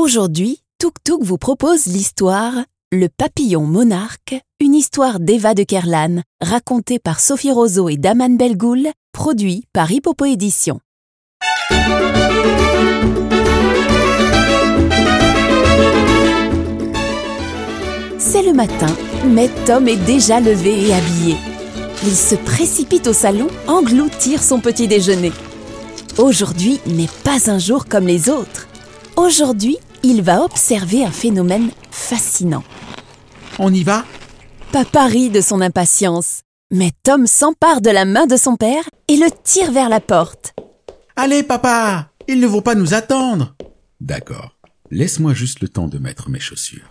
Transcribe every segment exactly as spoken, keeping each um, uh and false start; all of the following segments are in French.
Aujourd'hui, Tuk Tuk vous propose l'histoire Le papillon monarque, une histoire d'Eva de Kerlan, racontée par Sophie Roseau et Daman Belgoul, produit par Hippopo Éditions. C'est le matin, mais Tom est déjà levé et habillé. Il se précipite au salon, engloutir son petit déjeuner. Aujourd'hui n'est pas un jour comme les autres. Aujourd'hui, il va observer un phénomène fascinant. On y va ? Papa rit de son impatience, mais Tom s'empare de la main de son père et le tire vers la porte. Allez, papa, ils ne vont pas nous attendre. D'accord, laisse-moi juste le temps de mettre mes chaussures.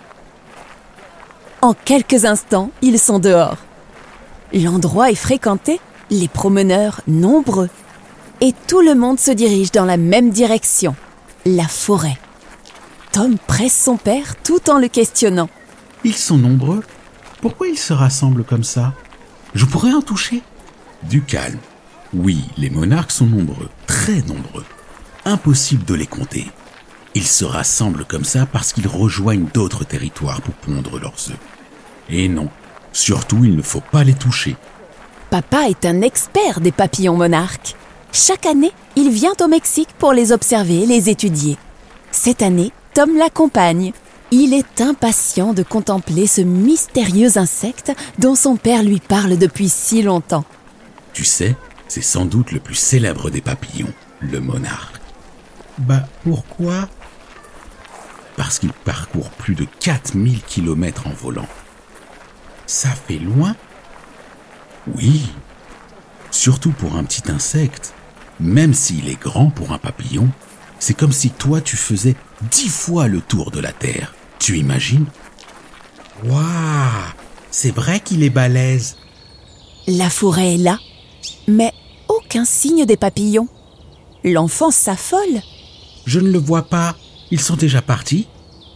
En quelques instants, ils sont dehors. L'endroit est fréquenté, les promeneurs nombreux. Et tout le monde se dirige dans la même direction, la forêt. Tom presse son père tout en le questionnant. Ils sont nombreux. Pourquoi ils se rassemblent comme ça ? Je pourrais en toucher. Du calme. Oui, les monarques sont nombreux, très nombreux. Impossible de les compter. Ils se rassemblent comme ça parce qu'ils rejoignent d'autres territoires pour pondre leurs œufs. Et non, surtout il ne faut pas les toucher. Papa est un expert des papillons monarques. Chaque année, il vient au Mexique pour les observer et les étudier. Cette année, Tom l'accompagne. Il est impatient de contempler ce mystérieux insecte dont son père lui parle depuis si longtemps. Tu sais, c'est sans doute le plus célèbre des papillons, le monarque. Bah, pourquoi ? Parce qu'il parcourt plus de quatre mille kilomètres en volant. Ça fait loin ? Oui, surtout pour un petit insecte. Même s'il est grand pour un papillon, c'est comme si toi tu faisais dix fois le tour de la Terre. Tu imagines ? Waouh ! C'est vrai qu'il est balèze. La forêt est là, mais aucun signe des papillons. L'enfant s'affole. Je ne le vois pas. Ils sont déjà partis ?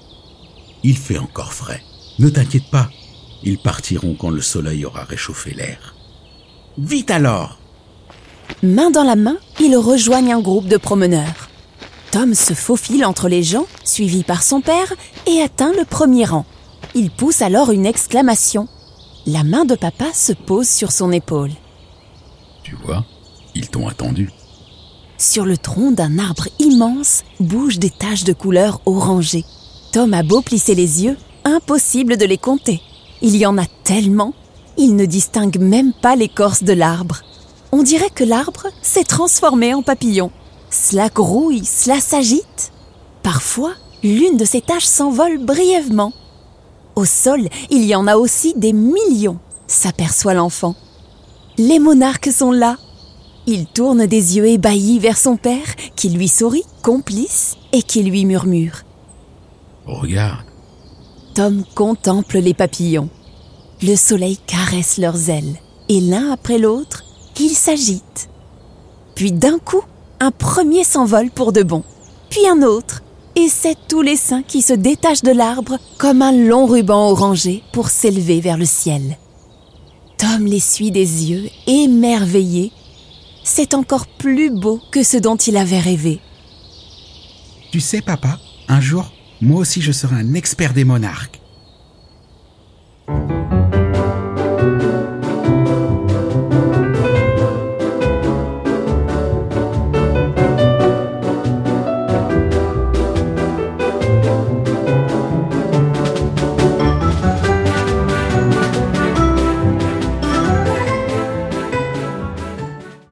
Il fait encore frais. Ne t'inquiète pas. Ils partiront quand le soleil aura réchauffé l'air. Vite alors ! Main dans la main, ils rejoignent un groupe de promeneurs. Tom se faufile entre les gens, suivi par son père, et atteint le premier rang. Il pousse alors une exclamation. La main de papa se pose sur son épaule. Tu vois, ils t'ont attendu. Sur le tronc d'un arbre immense bougent des taches de couleur orangée. Tom a beau plisser les yeux, impossible de les compter. Il y en a tellement, il ne distingue même pas l'écorce de l'arbre. On dirait que l'arbre s'est transformé en papillon. Cela grouille, cela s'agite. Parfois, l'une de ces taches s'envole brièvement. Au sol, il y en a aussi des millions, s'aperçoit l'enfant. Les monarques sont là. Il tourne des yeux ébahis vers son père, qui lui sourit, complice, et qui lui murmure. Regarde. Tom contemple les papillons. Le soleil caresse leurs ailes, et l'un après l'autre, ils s'agitent. Puis d'un coup, un premier s'envole pour de bon, puis un autre, et c'est tout l'essaim qui se détache de l'arbre comme un long ruban orangé pour s'élever vers le ciel. Tom les suit des yeux, émerveillé. C'est encore plus beau que ce dont il avait rêvé. Tu sais, papa, un jour, moi aussi je serai un expert des monarques.